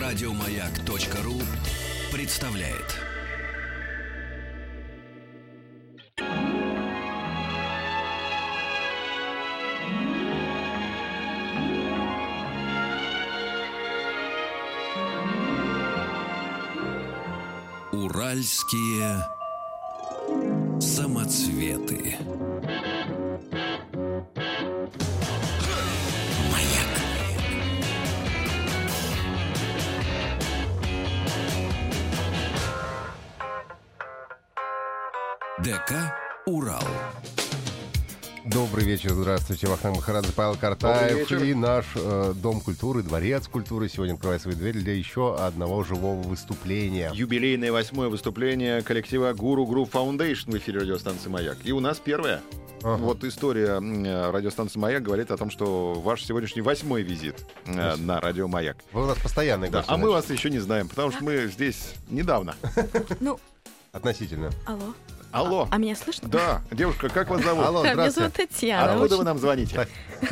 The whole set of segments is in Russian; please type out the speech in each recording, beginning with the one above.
Радиомаяк.ру представляет. Уральские самоцветы. ДК «Урал». Добрый вечер, здравствуйте. Вахтанг Махарадзе, Павел Картаев и наш Дом культуры, Дворец культуры сегодня открывает свои двери для еще одного живого выступления. Юбилейное 8-е выступление коллектива Guru Group Foundation в эфире радиостанции «Маяк». И у нас первое. Ага. Вот история радиостанции «Маяк» говорит о том, что ваш сегодняшний 8-й визит на радио «Маяк». Вы у нас постоянный гость. А мы вас еще не знаем, потому что мы здесь недавно. Относительно. Алло. А меня слышно? Да. Девушка, как вас зовут? Алло, Меня зовут Татьяна. Откуда вы нам звоните?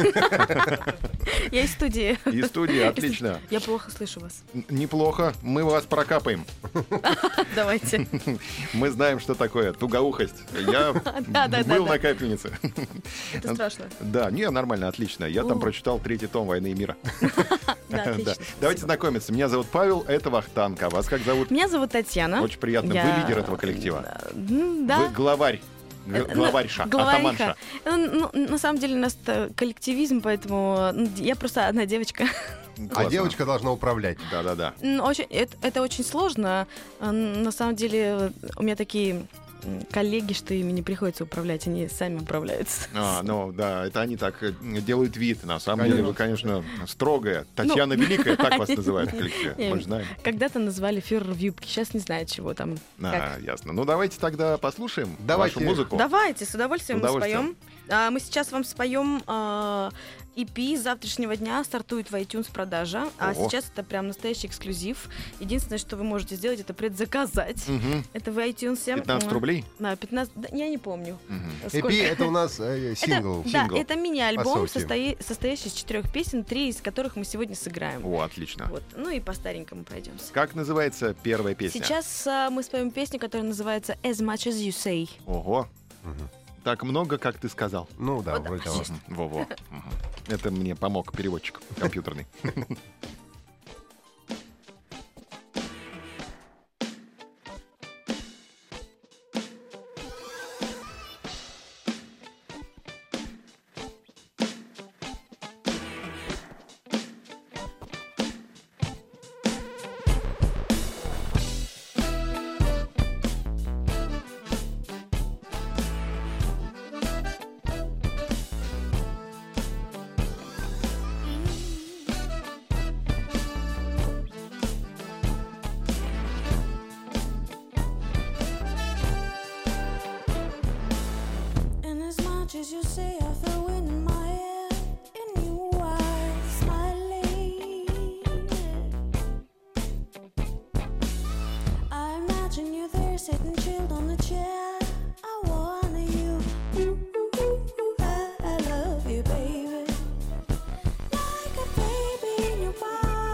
Я из студии. Из студии, отлично. Я плохо слышу вас. Неплохо. Мы вас прокапаем. Давайте. Мы знаем, что такое тугоухость. Я был на капельнице. Это страшно. Да, не, нормально, отлично. Я там прочитал 3-й том «Войны и мира». Да, отлично. Давайте знакомиться. Меня зовут Павел, это Вахтанг. А вас как зовут? Меня зовут Татьяна. Очень приятно. Вы лидер этого коллектива. Да. Вы главарь. Главарьша, атаманша. На самом деле у нас коллективизм, поэтому я просто одна девочка. А девочка должна управлять. Да. Это очень сложно. На самом деле у меня такие коллеги, что ими не приходится управлять, они сами управляются. Это они так делают вид. На самом деле вы, конечно, строгая. Татьяна Великая, так вас называют в коллективе. Мы же знаем. Когда-то называли фюрер в юбке, сейчас не знаю, чего там. Ясно. Ну, давайте тогда послушаем вашу музыку. Давайте, с удовольствием мы споем. Мы сейчас вам споем EP с завтрашнего дня, стартует в iTunes продажа. А сейчас это прям настоящий эксклюзив. Единственное, что вы можете сделать, это предзаказать. Это в iTunes. 15 рублей? 15, я не помню. EP — это у нас сингл. Да, это мини-альбом, состоящий из 4 песен, 3 из которых мы сегодня сыграем. Отлично. Ну и по-старенькому пройдемся. Как называется первая песня? Сейчас мы споем песню, которая называется «As much as you say». Ого. Так много, как ты сказал. Ну да, вроде того. Во-во. Это мне помог переводчик компьютерный. As you say, I feel wind in my hair, and you are smiling. I imagine you there, sitting chilled on the chair. I want you. I love you, baby. Like a baby in your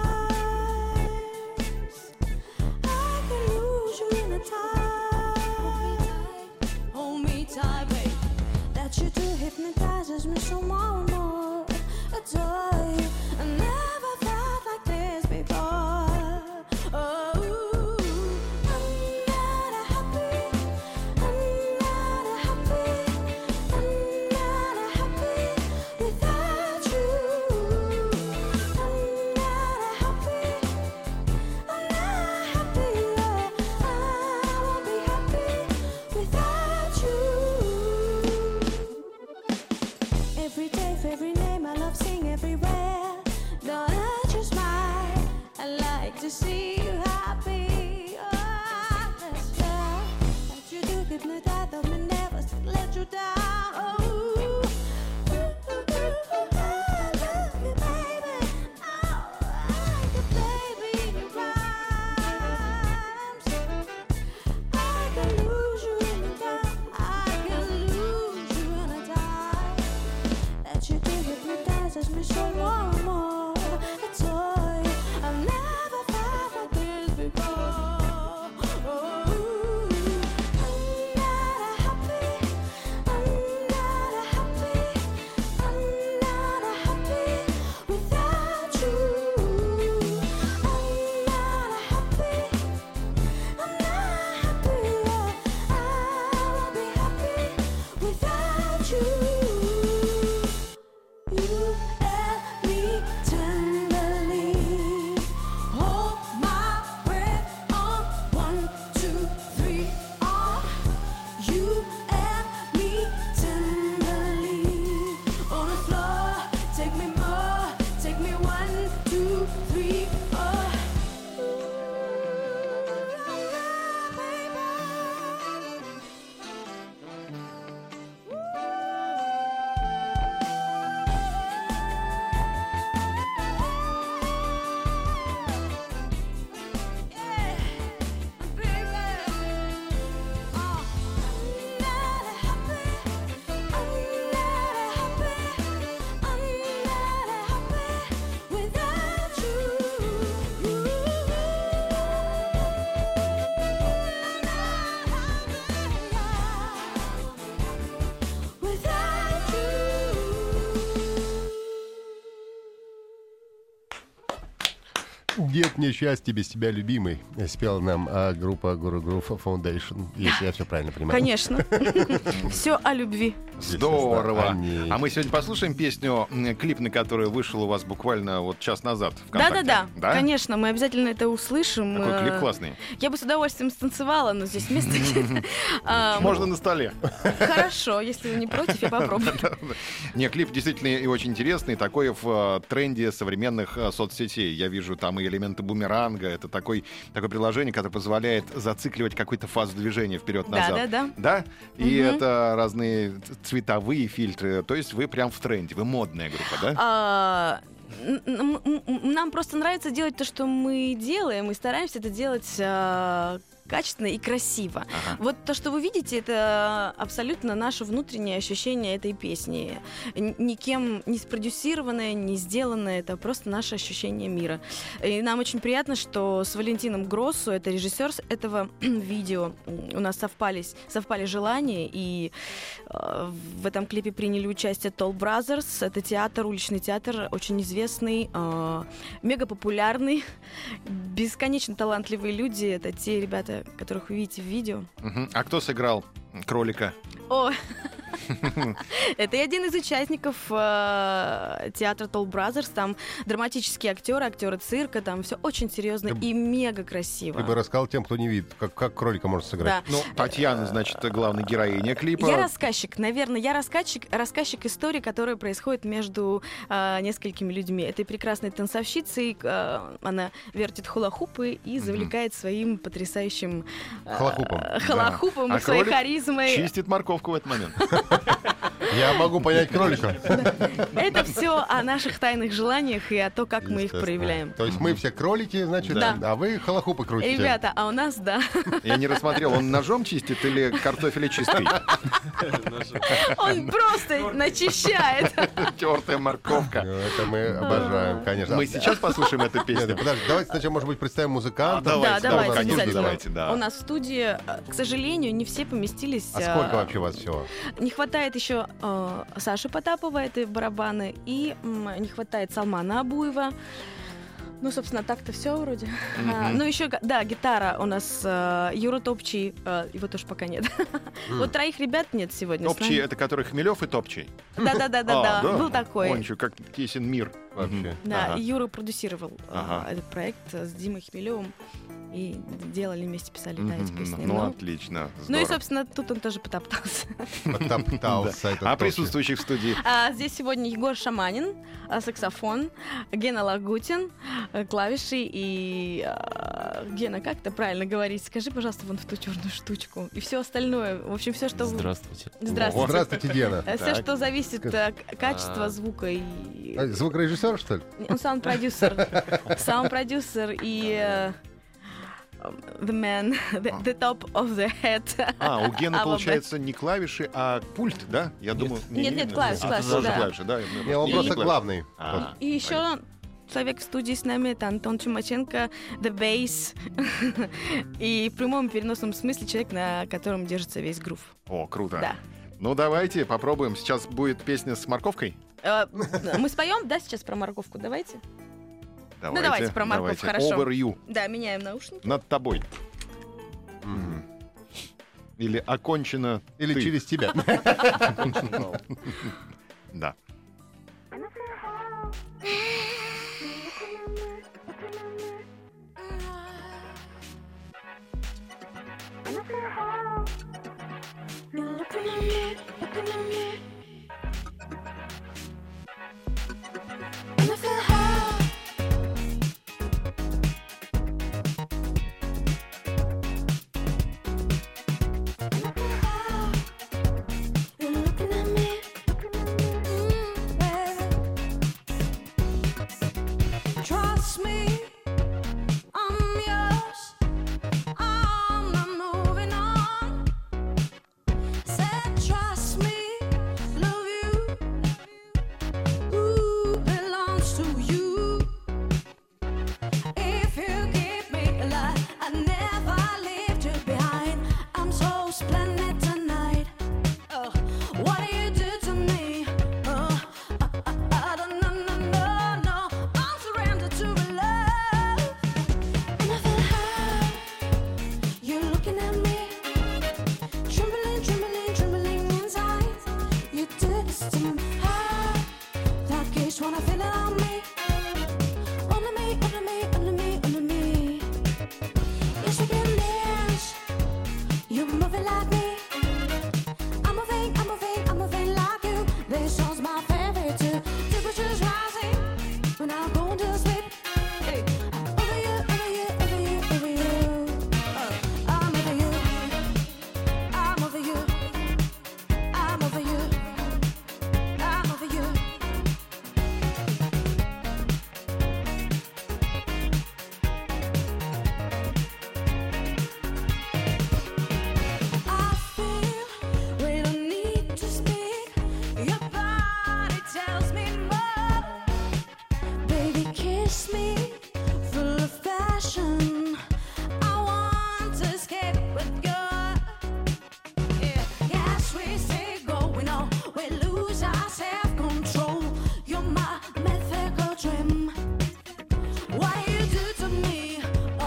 arms. I can lose you in a tide. Hold me tight, baby. You do hypnotizes me so more and more. Adore you. I never felt like this before. Oh, I'm not happy. I'm not happy. I'm not happy without you. I'm not happy. I'm not happy. I won't be happy without you. Every day, for every name, I love seeing everywhere. Don't hurt your smile. I like to see you happy. Oh, that's fair. That you do hypnotize me, never let you down. Oh, I love you, baby. Oh, like a baby in your arms. I can lose you in the dark. I can lose you in a time. That you do hypnotizes me so more and more. A toy I've never felt Нет мне счастья без тебя, любимый, спела нам группа Guru Groove Foundation, если я все правильно понимаю. Конечно. Все о любви. Здорово. А мы сегодня послушаем песню, клип на который вышел у вас буквально вот час назад ВКонтакте. Да? Конечно, мы обязательно это услышим. Такой клип классный. Я бы с удовольствием станцевала, но здесь места нет. Можно на столе. Хорошо, если вы не против, я попробую. Не, клип действительно и очень интересный, такой в тренде современных соцсетей. Я вижу там и элементы бумеранга. Это такое приложение, которое позволяет зацикливать какую-то фазу движения вперед-назад. Да? И это разные цветовые фильтры. То есть вы прям в тренде, вы модная группа, да? Нам просто нравится делать то, что мы делаем, и стараемся это делать качественно и красиво. Вот то, что вы видите, это абсолютно наше внутреннее ощущение этой песни. Никем не спродюсированное, не сделанное, это просто наше ощущение мира. И нам очень приятно, что с Валентином Гроссу, это режиссер этого видео, у нас совпали желания, и в этом клипе приняли участие Toll Brothers. Это театр, уличный театр, очень известный, мега популярный, бесконечно талантливые люди. Это те ребята, которых вы видите в видео. А кто сыграл кролика? Это один из участников театра Toll Brothers. Там драматические актеры цирка, там все очень серьезно и мега красиво. Ты бы рассказал тем, кто не видит, как кролика можно сыграть. Да. Татьяна, значит, главная героиня клипа. Я рассказчик, наверное, рассказчик истории, которая происходит между несколькими людьми. Этой прекрасной танцовщицей, она вертит хула-хупы и завлекает своим потрясающим халахупом, своей харизмой. Чистит морковку в этот момент. Я могу понять кролика. Это все о наших тайных желаниях и о том, как мы их проявляем. То есть мы все кролики, значит, а вы халахупы крутите. Ребята, а у нас, да. Я не рассмотрел, он ножом чистит или картофелечисткой? Он просто начищает. Тертая морковка. Это мы обожаем, конечно. Мы сейчас послушаем эту песню. Подожди, давайте сначала, может быть, представим музыкантов. Давайте, обязательно. Давайте. У нас в студии, к сожалению, не все поместились. А сколько вообще у вас всего? Не хватает еще Саши Потапова, это барабаны, и не хватает Салмана Абуева. Ну, собственно, так-то все вроде. Ну, еще, да, гитара у нас Юра Топчий, его тоже пока нет. Вот троих ребят нет сегодня. Топчий — это который Хмелев и Топчий? Да, был такой. Он еще как тесен мир вообще. Да, и Юра продюсировал этот проект с Димой Хмелевым. И делали вместе, писали эти песни. Ну, отлично. Здорово. Ну и, собственно, тут он тоже потоптался. А присутствующих в студии? Здесь сегодня Егор Шаманин, саксофон, Гена Лагутин, клавиши и... Гена, как это правильно говорить? Скажи, пожалуйста, вон в ту черную штучку. И все остальное. В общем, все, что... Здравствуйте. Здравствуйте, Гена. Все, что зависит от качества звука и... Звукорежиссер, что ли? Он саунд-продюсер и... The man, the top of the head. У Гены, получается, не клавиши, а пульт, да? Я думаю... Нет, клавиши, да. Он просто главный. И еще человек в студии с нами — это Антон Чумаченко, the bass. И в прямом и переносном смысле человек, на котором держится весь грув. О, круто. Да. Ну, давайте попробуем. Сейчас будет песня с морковкой. Мы споем, да, сейчас про морковку? Давайте. Давайте про морковку, хорошо. Over you. Да, меняем наушники. Над тобой. Или окончено. Или ты. через тебя. Да. guess when I feel it on me. Only me, only me, only me, only me. Yes, you can dance. You move it like me. I'm moving, I'm moving, I'm moving like you. This song's my favorite too. Temperature's rising when I'm going to sleep. Hey, over you, over you, over you, over you. I'm over you. I'm over you. I'm over you. I'm over you. I feel we don't need to speak. Your body tells me more. Baby, kiss me, full of passion. I want to escape with you. Yeah, yes, we say going on. We lose our self-control. You're my mythical dream. What you do to me?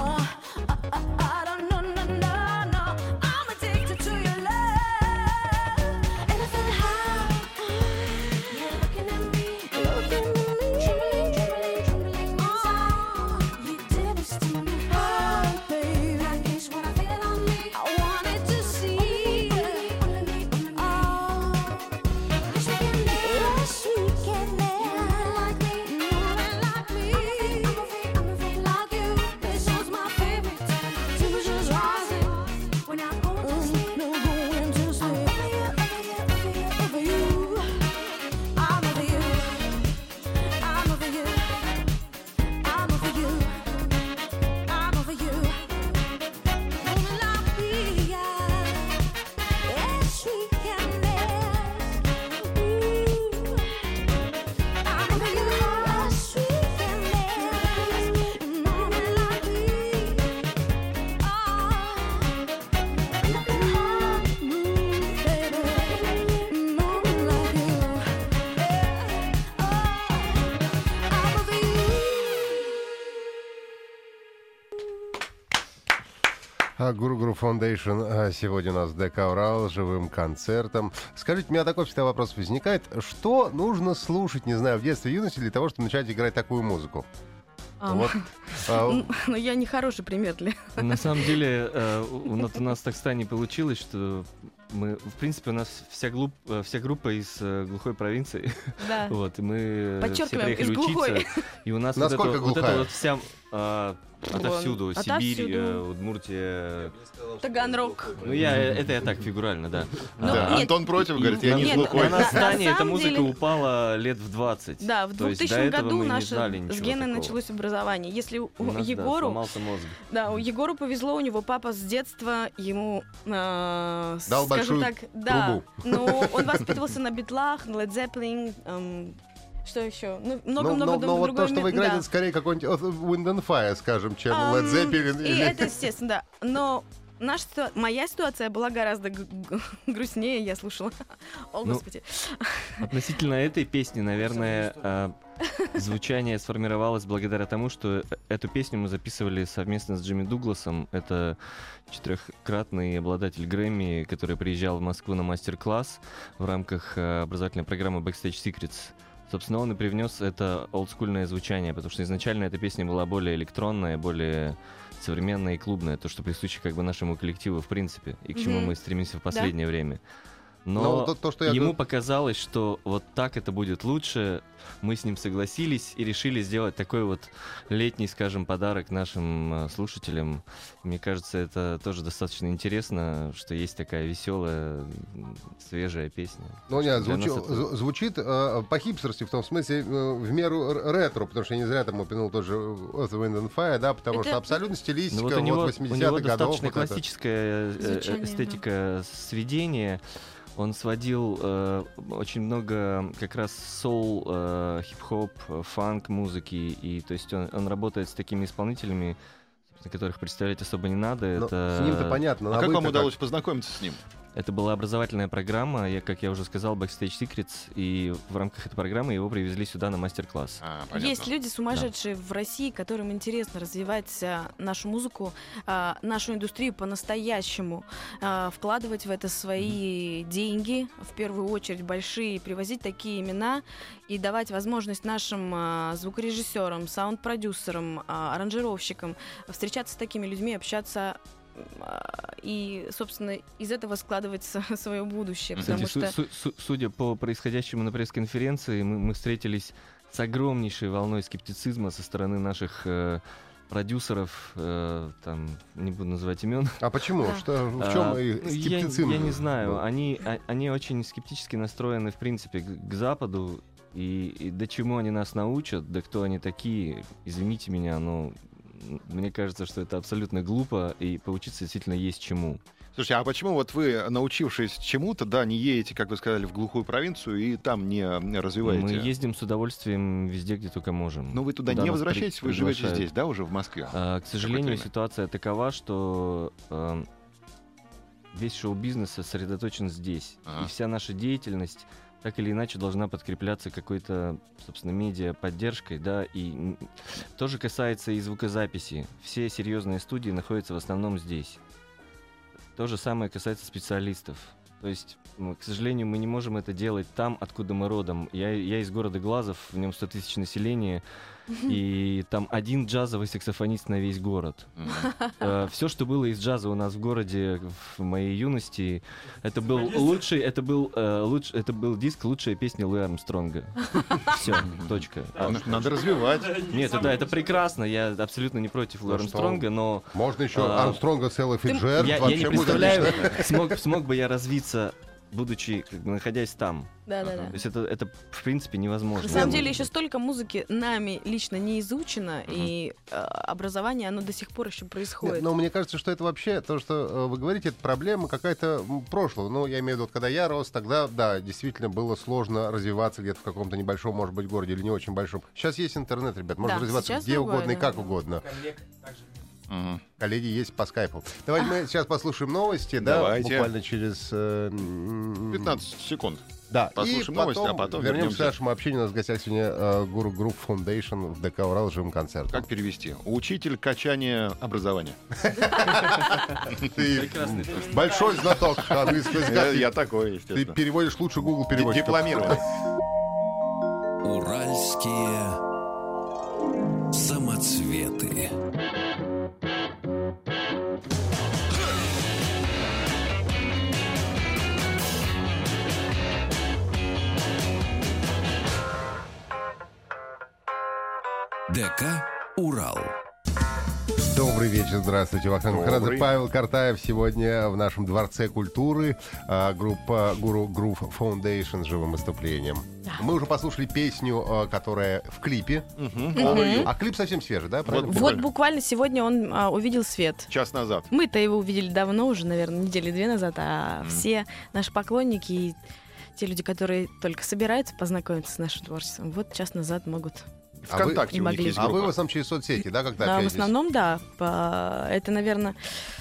I don't know, no. I'm addicted to your love. And I feel how you're looking at me, trembling, trembling, trembling inside. You did this to me, oh baby. I guess when I feel it on me, I wanted to see. Only me, oh. Yes, we can dance. Yes, we can dance. Like me, like me. I'm moving like you. This song's my favorite. Temperature's rising when I'm going to sleep. No going to sleep. Over you. I'm over you. I'm over you. I'm over you. I'm over you. Only like me, yeah. Yes, we can dance. Ooh. I'm over you. Yes, we can dance. Only like me. Look at how you move, baby. Only like you. I'm over you. Guru Group Foundation сегодня у нас в ДК «Урал» с живым концертом. Скажите, у меня такой всегда вопрос возникает. Что нужно слушать, не знаю, в детстве, в юности для того, чтобы начать играть такую музыку? Вот, Ну, я не хороший пример для... На самом деле, у нас так не получилось, что мы, в принципе, у нас вся группа из глухой провинции. Да. Вот, и мы все Подчеркиваем, приехали из глухой. учиться. И у нас Насколько вот глухая? эта вот вся отовсюду, Отовсюду. Сибирь, Удмуртия. Таганрог. Ну, это я так фигурально, да. Да, нет, Антон против, говорит, я не нет, глухой. На Настане На эта самом музыка деле- упала лет в 20. Да, в То есть до 2000 этого году мы не наше знали с ничего Геной такого. началось образование. Если у У нас, да, Егору... сломался мозг. Да, у Егору повезло, у него папа с детства ему, Дал скажем большую так, да, трубу. но он воспитывался на Битлах, Led Zeppelin, что еще? Ну, много-много но вот другой то, что вы мир- играете, да. это скорее какой-нибудь Wind and Fire, скажем, чем Led Zeppelin. И или- это естественно, да. Но моя ситуация была гораздо грустнее, я слушала. О, Ну, Господи. Относительно этой песни, наверное, звучание сформировалось благодаря тому, что эту песню мы записывали совместно с Джимми Дугласом. Это 4-кратный обладатель Грэмми, который приезжал в Москву на мастер-класс в рамках образовательной программы Backstage Secrets. Собственно, он и привнес это олдскульное звучание, потому что изначально эта песня была более электронная, более современная и клубная, то, что присуще как бы нашему коллективу в принципе, и к чему мы стремимся в последнее время. Но то, что я ему говорю- показалось, что вот так это будет лучше. Мы с ним согласились и решили сделать такой вот летний, скажем, подарок нашим слушателям. Мне кажется, это тоже достаточно интересно, что есть такая веселая, свежая песня. Ну, нет, Для нас это- звучит по-хипстерски, в том смысле, в меру ретро, потому что я не зря там упомянул тот же Earth, Wind and Fire, да, потому Это- что абсолютно стилистика Ну, вот у него 80-х годов. достаточно вот это. классическая Звучание, эстетика сведения. Он сводил очень много как раз соул, хип-хоп, фанк музыки, и то есть он работает с такими исполнителями, собственно, которых представлять особо не надо. Ну, это... с ним-то понятно. А на как вам вы-то удалось познакомиться с ним? Это была образовательная программа, как я уже сказал, Backstage Secrets, и в рамках этой программы его привезли сюда на мастер-класс. Есть люди сумасшедшие в России, которым интересно развивать нашу музыку, нашу индустрию по-настоящему, вкладывать в это свои деньги, в первую очередь большие, привозить такие имена и давать возможность нашим звукорежиссерам, саунд-продюсерам, аранжировщикам встречаться с такими людьми, общаться и, собственно, из этого складывать свое будущее. Кстати, Потому что... судя по происходящему на пресс-конференции, мы встретились с огромнейшей волной скептицизма со стороны наших продюсеров, там, не буду называть имен. А почему? Что, в чем скептицизм? Я не знаю. Они очень скептически настроены, в принципе, к Западу. И до чему они нас научат, да кто они такие, извините меня, но мне кажется, что это абсолютно глупо, и поучиться действительно есть чему. Слушайте, а почему вот вы, научившись чему-то, да, не едете, как вы сказали, в глухую провинцию и там не развиваете? Мы ездим с удовольствием везде, где только можем. Но вы туда не возвращаетесь, вы живете здесь, да, уже в Москве? К сожалению, ситуация такова, что весь шоу-бизнес сосредоточен здесь. И вся наша деятельность так или иначе должна подкрепляться какой-то, собственно, медиа-поддержкой, да, и то же касается и звукозаписи. Все серьезные студии находятся в основном здесь. То же самое касается специалистов. То есть, к сожалению, мы не можем это делать там, откуда мы родом. Я из города Глазов, в нем 100 тысяч населения, и там один джазовый саксофонист на весь город. Все, что было из джаза у нас в городе в моей юности, это был диск «Лучшая песня Луи Армстронга». Все, точка. Надо развивать. Нет, это прекрасно, я абсолютно не против Луи Армстронга, но... Можно еще Армстронга с Эллой Фицджеральд. Я не представляю, смог бы я развиться, будучи, находясь там. Да. То есть это в принципе невозможно. На самом деле еще столько музыки нами лично не изучено, и образование, оно до сих пор еще происходит. Нет, но мне кажется, что это вообще, то, что вы говорите, это проблема какая-то прошлого. Ну, я имею в виду, когда я рос, тогда, да, действительно было сложно развиваться где-то в каком-то небольшом, может быть, городе или не очень большом. Сейчас есть интернет, ребят, можно развиваться где угодно и как угодно. Коллеги есть по скайпу. Давайте мы сейчас послушаем новости, да, буквально через 15 секунд. Да, послушаем и новости, а потом вернемся к нашему общению. У нас в гостях сегодня Гуру Групп Foundation в ДК «Урал» живым концертом. Как перевести? Учитель качания образования. Ты большой знаток английского языка. Я такой, естественно. Ты переводишь лучше Google переводчика. Дипломированный. Уральские самоцветы. ДК «Урал». Добрый вечер, здравствуйте. Вахтанг Махарадзе, Павел Картаев. Сегодня в нашем Дворце культуры группа Guru Groove Foundation с живым выступлением. Да. Мы уже послушали песню, которая в клипе. А клип совсем свежий, да? Вот буквально сегодня он увидел свет. Час назад. Мы-то его увидели давно уже, наверное, недели 2 назад, а все наши поклонники и те люди, которые только собираются познакомиться с нашим творчеством, вот час назад могут... ВКонтакте у них есть группа. А вы в основном через соцсети, да, когда общаетесь? В основном, да. Это, наверное,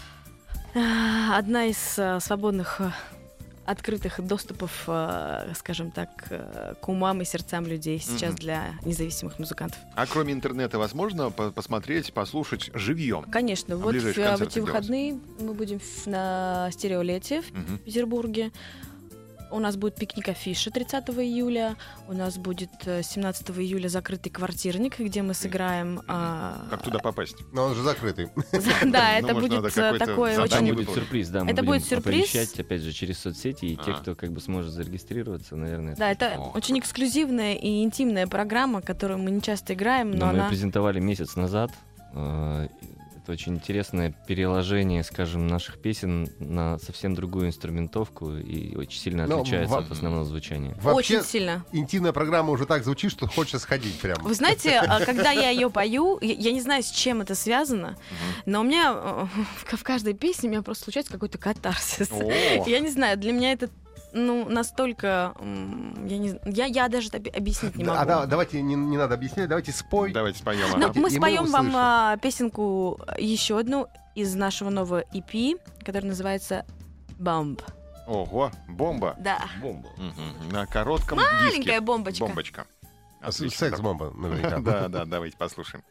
одна из свободных, открытых доступов, скажем так, к умам и сердцам людей сейчас для независимых музыкантов. А кроме интернета возможно посмотреть, послушать живьем? Конечно. Вот в эти выходные мы будем на стереолете в Петербурге. У нас будет пикник-афиша 30 июля. У нас будет 17 июля закрытый квартирник, где мы сыграем... Как туда попасть? Но он же закрытый. Да, это будет такой очень... Там будет сюрприз, да. Это будет сюрприз. Оповещать, опять же, через соцсети, и те, кто как бы сможет зарегистрироваться, наверное. Да, это очень эксклюзивная и интимная программа, которую мы не часто играем, но она... Мы презентовали месяц назад. Это очень интересное переложение, скажем, наших песен на совсем другую инструментовку и очень сильно отличается от основного звучания. Вообще, очень сильно. Интимная программа уже так звучит, что хочется сходить прямо. Вы знаете, когда я ее пою, я не знаю, с чем это связано, но у меня в каждой песне у меня просто случается какой-то катарсис. Я не знаю, для меня это настолько... Я даже объяснить не могу. Давайте, не надо объяснять, давайте спой. Давайте споем. Мы споем вам песенку еще одну из нашего нового EP, которая называется «Bump». Ого, бомба. Да. Бомба. На коротком Маленькая диске. бомбочка. Бомбочка. Отлично. Секс-бомба, наверняка. Да, давайте послушаем.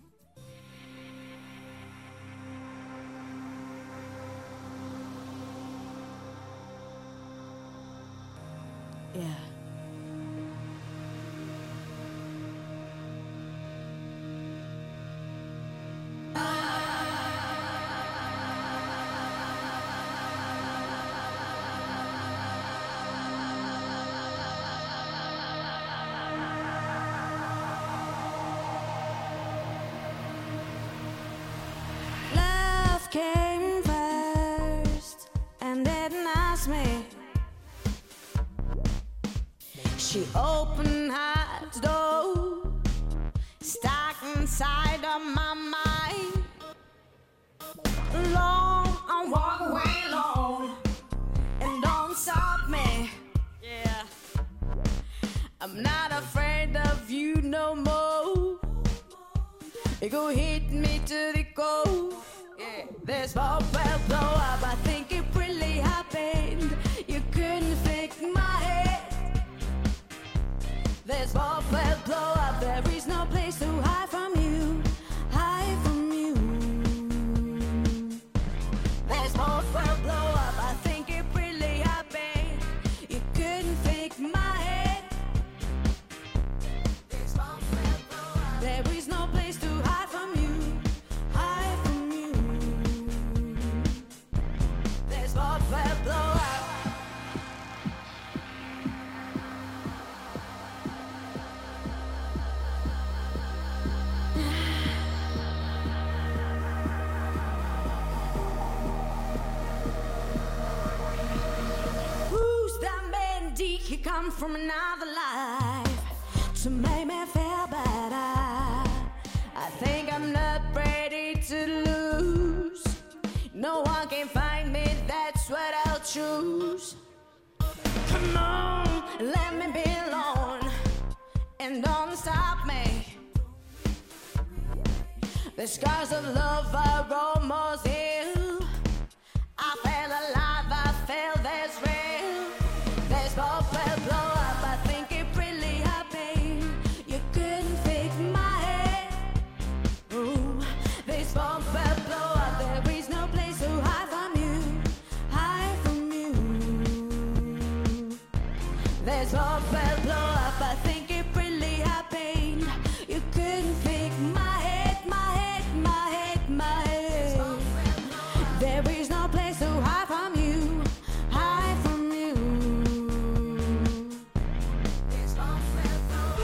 Yeah. Love came first and didn't ask me. She opened her door, stuck inside of my mind. Long, I walk away alone, and don't stop me. Yeah, I'm not afraid of you no more. You go hit me to the core. Yeah, this ball will blow up. I think it really happened. You couldn't fake my head. This ball will blow up. There is no place to hide from you. Hide from you. This ball will blow up. I think it really happened. You couldn't fake my head. This ball will blow up. There is no place to hide from you. Hide from you. This ball will blow up. Who's that man? He come from another life to make me feel better. I think I'm not ready to lose. No one can find me, that's what I'll choose. Come on, let me be alone, and don't stop me. The scars of love are almost healed. I feel alive, I feel this real. This ball will blow up, I think it really happened. You couldn't fix my head. Ooh, this ball will blow up, there is no place to hide from you. Hide from you. This ball will blow up, I think it really happened. You couldn't fix my head, my head, my head, my head. There is no place to hide from you. Hide from you. This ball will blow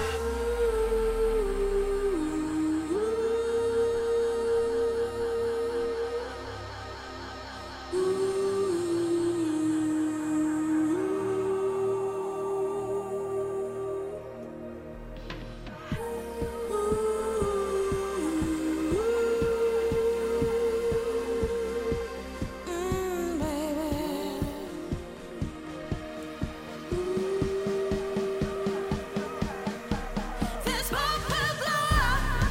This ball will blow up.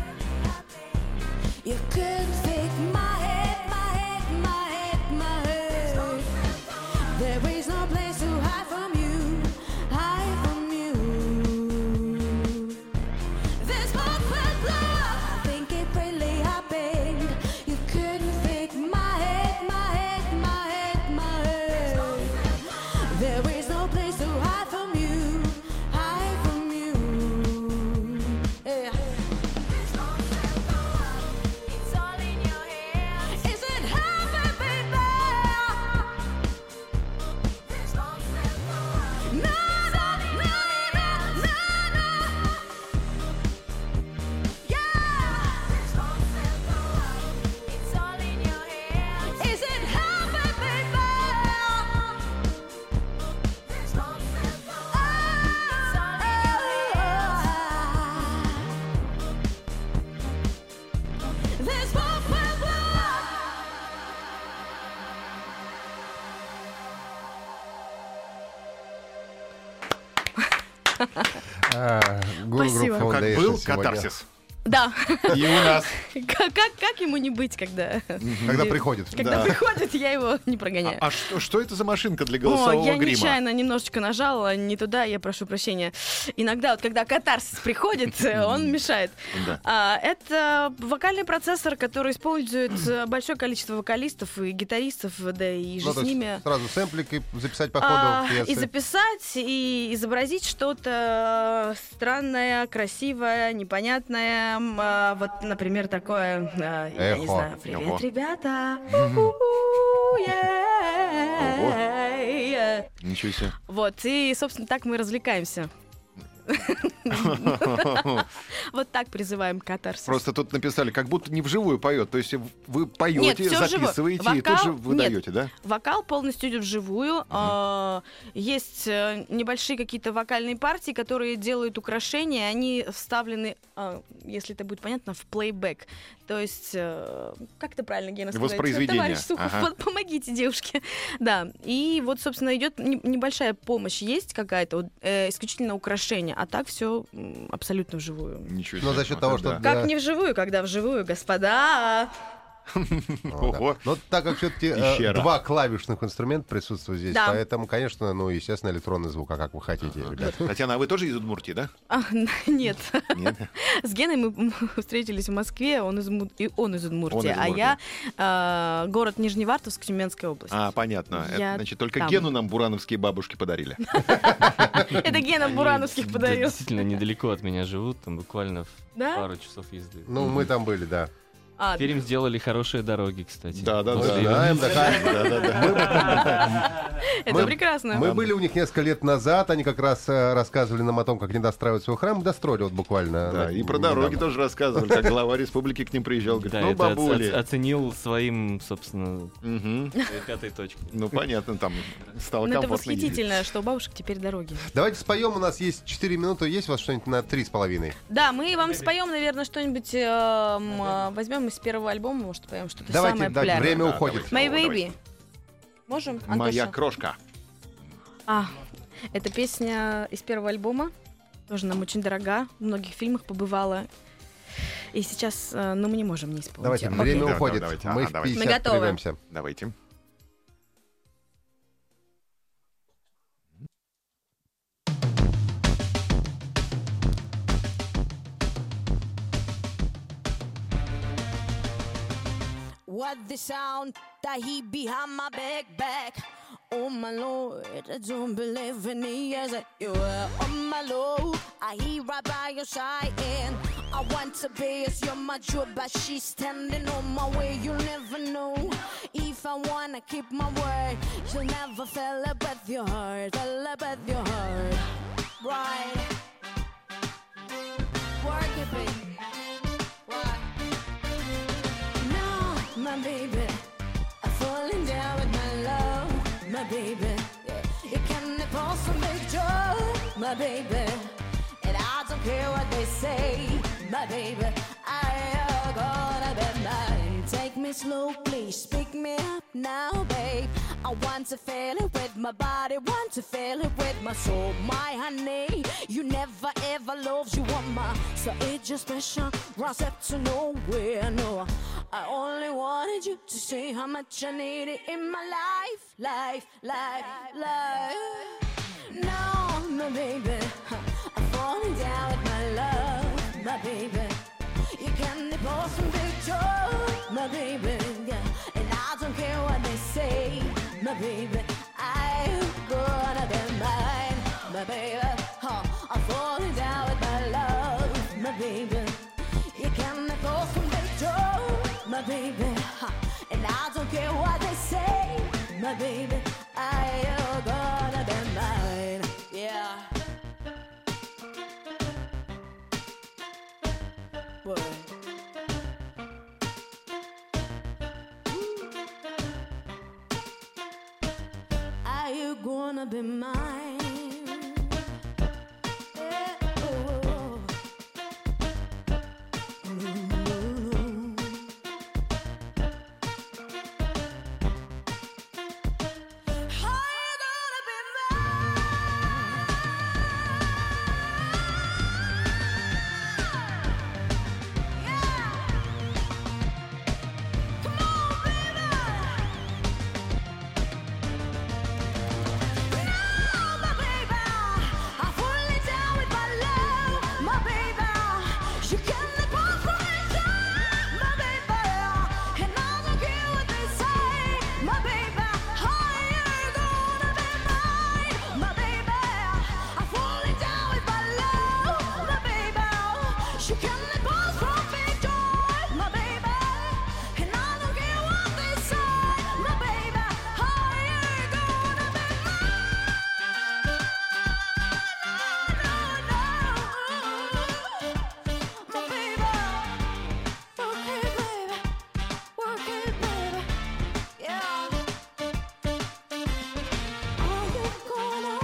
You couldn't fix my head, my head, my head, my head. There is no place to hide from you, hide from you. This ball will blow up. I think it really happened. You couldn't fix my head, my head, my head, my head. There is no place to hide from you, hide from you. Yeah. It's all in your hands. Is it heaven, baby? No, no, no, no, no, no. Yeah. It's all in your hands. Is it heaven, baby? It's all in your hands. This ball will blow up. Guru Group Спасибо. Foundation Как был сегодня. катарсис? Да. И у нас. Как ему не быть, когда... Когда приходит. Когда приходит, я его не прогоняю. А что это за машинка для голосового я грима? нечаянно немножечко нажала не туда, я прошу прощения. Иногда, вот когда катарсис приходит, он мешает. Это вокальный процессор, который использует большое количество вокалистов и гитаристов, да и же с ними. Сразу сэмплик записать по ходу пьесы. И записать, и изобразить что-то странное, красивое, непонятное. Вот, например, такое, я не знаю, привет, ребята. Ничего себе. Вот, и, собственно, так мы развлекаемся. Вот так призываем катарсис. Просто тут написали, как будто не вживую поет. То есть вы поете, записываете и тут же выдаете, да? Вокал полностью идет вживую. Есть небольшие какие-то вокальные партии, которые делают украшения. Они вставлены, если это будет понятно, в плейбэк. То есть, как это правильно, Гена, сказать? Воспроизведение. Товарищ Сухов, помогите девушке. Да, и вот, собственно, идет небольшая помощь. Есть какая-то, исключительно украшение. А так все абсолютно вживую. Ничего себе. Но за счет того, что... Как не вживую, когда вживую, господа. Ого. Но так как все-таки два клавишных инструмента присутствуют здесь, поэтому, конечно, естественно, электронный звук, а как вы хотите, ребят. Татьяна, а вы тоже из Удмуртии, да? Нет. С Геной мы встретились в Москве, он из Удмуртии, а я город Нижневартовск, Тюменская область. Понятно. Значит, только Гену нам бурановские бабушки подарили. Это Гена бурановских подарил. Действительно, недалеко от меня живут, там буквально в пару часов езды. Ну, мы там были, да. Теперь им сделали хорошие дороги, кстати. Да. Это прекрасно. Мы были у них несколько лет назад, они как раз рассказывали нам о том, как они достраивают свой храм, достроили вот буквально. Да, и про дороги тоже рассказывали, как глава республики к ним приезжал, говорит, ну, бабули. Оценил своим, собственно, пятой точкой. Ну, понятно, там стало комфортно. Это комфортно восхитительно, что у бабушек теперь дороги. Давайте споем, у нас есть 4 минуты, есть у вас что-нибудь на 3,5? Да, мы вам споем, наверное, что-нибудь, возьмем из первого альбома, может, споем что-то самое Давайте, популярное. время уходит. My Baby. Можем, Антоша? Моя крошка. Это песня из первого альбома. Тоже нам очень дорога. В многих фильмах побывала. И сейчас, мы не можем не исполнить. Давайте, время уходит. Мы в 50 Мы готовы. прервемся. Давайте. What the sound that he behind my back. Oh my Lord, I don't believe in the years that you were. Oh my Lord, I hear right by your side and I want to be as you're my joy, but she's standing on my way. You never know if I wanna keep my word. You'll never feel it with your heart, feel it with your heart. Right. Work it, baby. My baby, I'm falling down with my love. My baby, you can't possibly joy. My baby, and I don't care what they say. My baby, I am gonna be mine. Take me slow, please, pick me up now, babe. I want to feel it with my body, want to feel it with my soul. My honey, you never ever loved you on my, so it's just special, rise up to nowhere, no. I only wanted you to see how much I need it in my life. No, my baby, I'm falling down with my love, my baby. You can't pour some big joy, my baby, yeah. And I don't care what they say, my baby. I'm gonna be mine, my baby. I'm falling down with my love, my baby. You can't pour some big joy, my baby. And I don't care what they say, my baby. I'm gonna be mine, yeah. Word. Are you gonna be mine? Yeah, oh. She can't pause from big joy, my baby. And I don't care what they say, my baby. How you gonna be mine? No, my baby. Work it, baby. Yeah. Are you gonna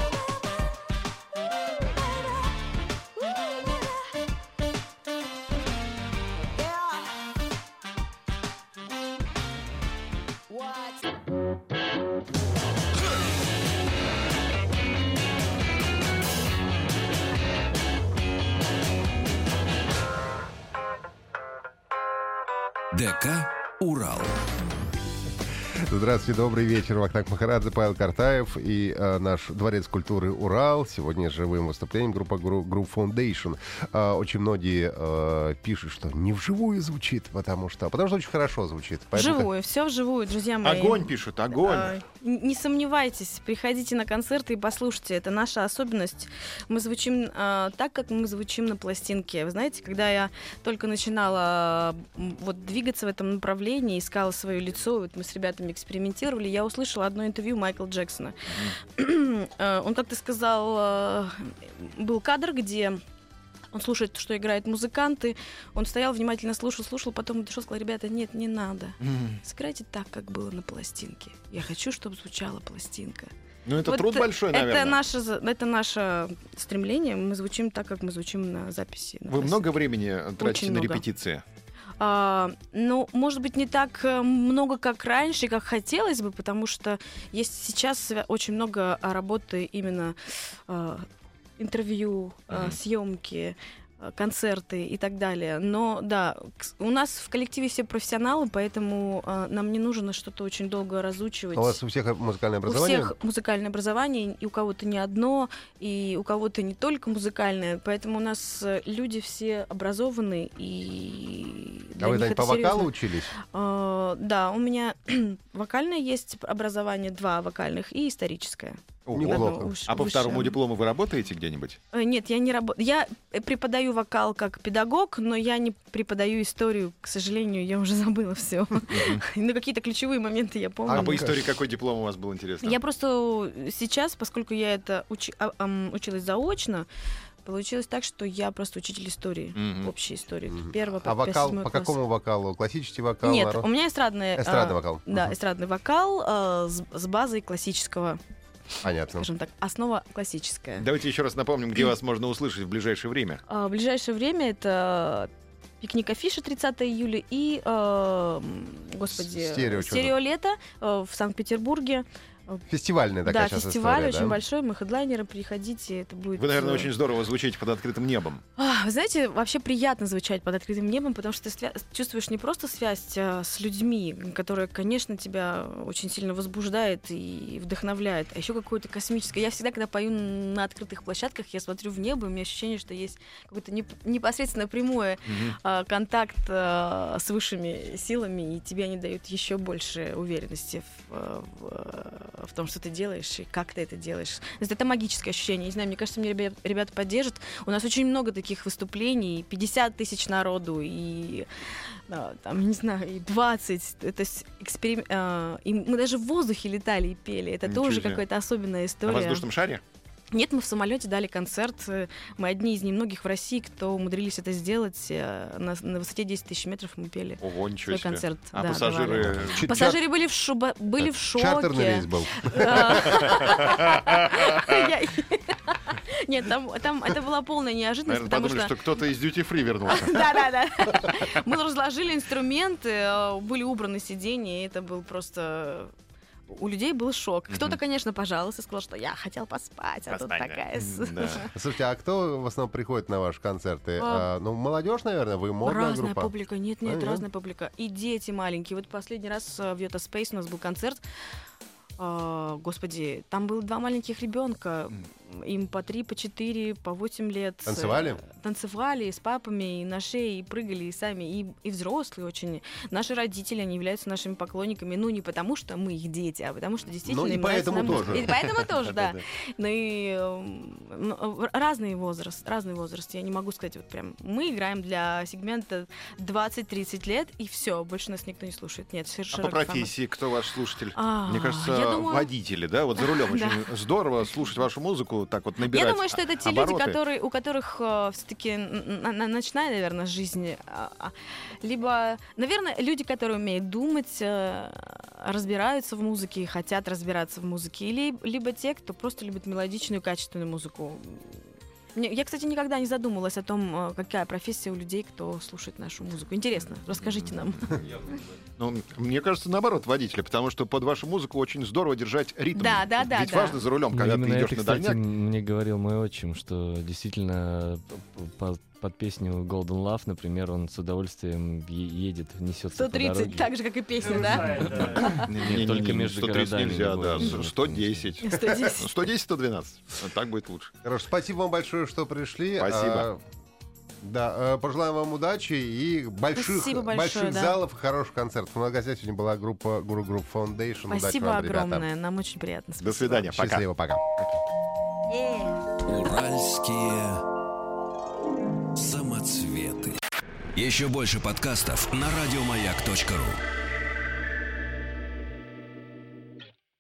ДК «Урал». Здравствуйте, добрый вечер. Вахтанг Махарадзе, Павел Картаев и наш Дворец культуры «Урал». Сегодня с живым выступлением группа Group Foundation. Очень многие пишут, что не вживую звучит, потому что очень хорошо звучит. Вживую, все вживую, друзья мои. Огонь пишут, огонь. Не сомневайтесь, приходите на концерты и послушайте. Это наша особенность. Мы звучим так, как мы звучим на пластинке. Вы знаете, когда я только начинала двигаться в этом направлении, искала свое лицо, вот мы с ребятами экспериментировали, я услышала одно интервью Майкла Джексона. Он как-то сказал, был кадр, где он слушает, что играют музыканты, он стоял, внимательно слушал, потом дошел, сказал: ребята, нет, не надо. Сыграйте так, как было на пластинке. Я хочу, чтобы звучала пластинка. Ну, это труд большой, наверное. Это наше стремление. Мы звучим так, как мы звучим на записи. Вы много времени тратите на репетиции? Может быть, не так много, как раньше, как хотелось бы, потому что есть сейчас очень много работы именно интервью, съемки, концерты и так далее. Но да, у нас в коллективе все профессионалы, поэтому нам не нужно что-то очень долго разучивать. У вас у всех музыкальное образование? У всех музыкальное образование, и у кого-то не одно, и у кого-то не только музыкальное, поэтому у нас люди все образованные, и для вы, них это по вокалу серьезно. учились? Да, у меня вокальное есть образование, 2 вокальных и историческое. Неплохо. А по второму диплому вы работаете где-нибудь? Нет, я не работаю. Я преподаю вокал как педагог, но я не преподаю историю. К сожалению, я уже забыла все. Но какие-то ключевые моменты я помню. А по истории какой диплом у вас был, интересно? Я просто сейчас, поскольку я это училась заочно, получилось так, что я просто учитель истории, общей истории. А вокал, по какому вокалу? Классический вокал? Нет, у меня эстрадный вокал. Да, эстрадный вокал с базой классического. Понятно. Скажем так, основа классическая. Давайте еще раз напомним, где вас можно услышать в ближайшее время. В ближайшее время это пикник Афиша 30 июля и Стереолето в Санкт-Петербурге. Фестивальная такая сейчас фестиваль история, очень большой, мы хедлайнеры, приходите, это будет... Вы, наверное, очень здорово звучите под открытым небом. Вы знаете, вообще приятно звучать под открытым небом, потому что ты чувствуешь не просто связь с людьми, которая, конечно, тебя очень сильно возбуждает и вдохновляет, а еще какое-то космическое. Я всегда, когда пою на открытых площадках, я смотрю в небо, и у меня ощущение, что есть какой-то непосредственно прямой контакт с высшими силами, и тебе они дают еще больше уверенности в том, что ты делаешь и как ты это делаешь. Это магическое ощущение. Не знаю, мне кажется, мне ребята поддержат. У нас очень много таких выступлений, 50 тысяч народу, и там, не знаю, и 20. Это эксперимент. И мы даже в воздухе летали и пели. Это тоже какая-то особенная история. На воздушном шаре? Нет, мы в самолете дали концерт. Мы одни из немногих в России, кто умудрились это сделать. На высоте 10 тысяч метров мы пели свой концерт. А пассажиры? Пассажиры были в шоке. Чартерный рейс был. Нет, там это была полная неожиданность. Наверное, подумали, что кто-то из дьюти-фри вернулся. Да. Мы разложили инструменты, были убраны сиденья, и это был просто... У людей был шок. Кто-то, конечно, пожаловался, сказал, что я хотел поспать, а тут такая... Слушайте, а кто в основном приходит на ваши концерты? Молодежь, наверное, вы модная группа? Разная публика, нет, разная публика. И дети маленькие. Вот последний раз в Йота Спейс у нас был концерт. Господи, там было 2 маленьких ребенка. им по 3, по 4, по 8 лет. Танцевали? Танцевали с папами, и на шее, и прыгали, и сами, и взрослые очень. Наши родители, они являются нашими поклонниками, ну, не потому, что мы их дети, а потому, что действительно им нравится нам музыка. тоже. И поэтому тоже, да. Ну и разный возраст. Я не могу сказать, вот прям, мы играем для сегмента 20-30 лет, и все, больше нас никто не слушает. Нет, А по профессии кто ваш слушатель? Мне кажется, я думаю... водители, да? Вот за рулем очень здорово слушать вашу музыку, так вот набирать. Я думаю, что это те обороты. люди, у которых все-таки ночная, наверное, жизнь. Либо, наверное, люди, которые умеют думать, разбираются в музыке, хотят разбираться в музыке. Либо те, кто просто любит мелодичную, качественную музыку. Я, кстати, никогда не задумывалась о том, какая профессия у людей, кто слушает нашу музыку. Интересно, расскажите нам. Ну, мне кажется, наоборот, водители, потому что под вашу музыку очень здорово держать ритм. Да. Ведь важно за рулем, когда ты идешь на дальняк. Мне говорил мой отчим, что действительно под песню Golden Love, например, он с удовольствием едет, несется 130, по дороге. так же, как и песня, да? Нет, только между 130 городами нельзя, да. любой. 110. 110, 112. Так будет лучше. Хорошо, спасибо вам большое, что пришли. Спасибо. Да, пожелаем вам удачи и больших залов, хороших концертов. У нас в гостях сегодня была группа Guru Group Foundation. Спасибо вам, огромное, нам очень приятно. До свидания, пока. Счастливо, пока. Уральские самоцветы. Еще больше подкастов на радиомаяк.ру.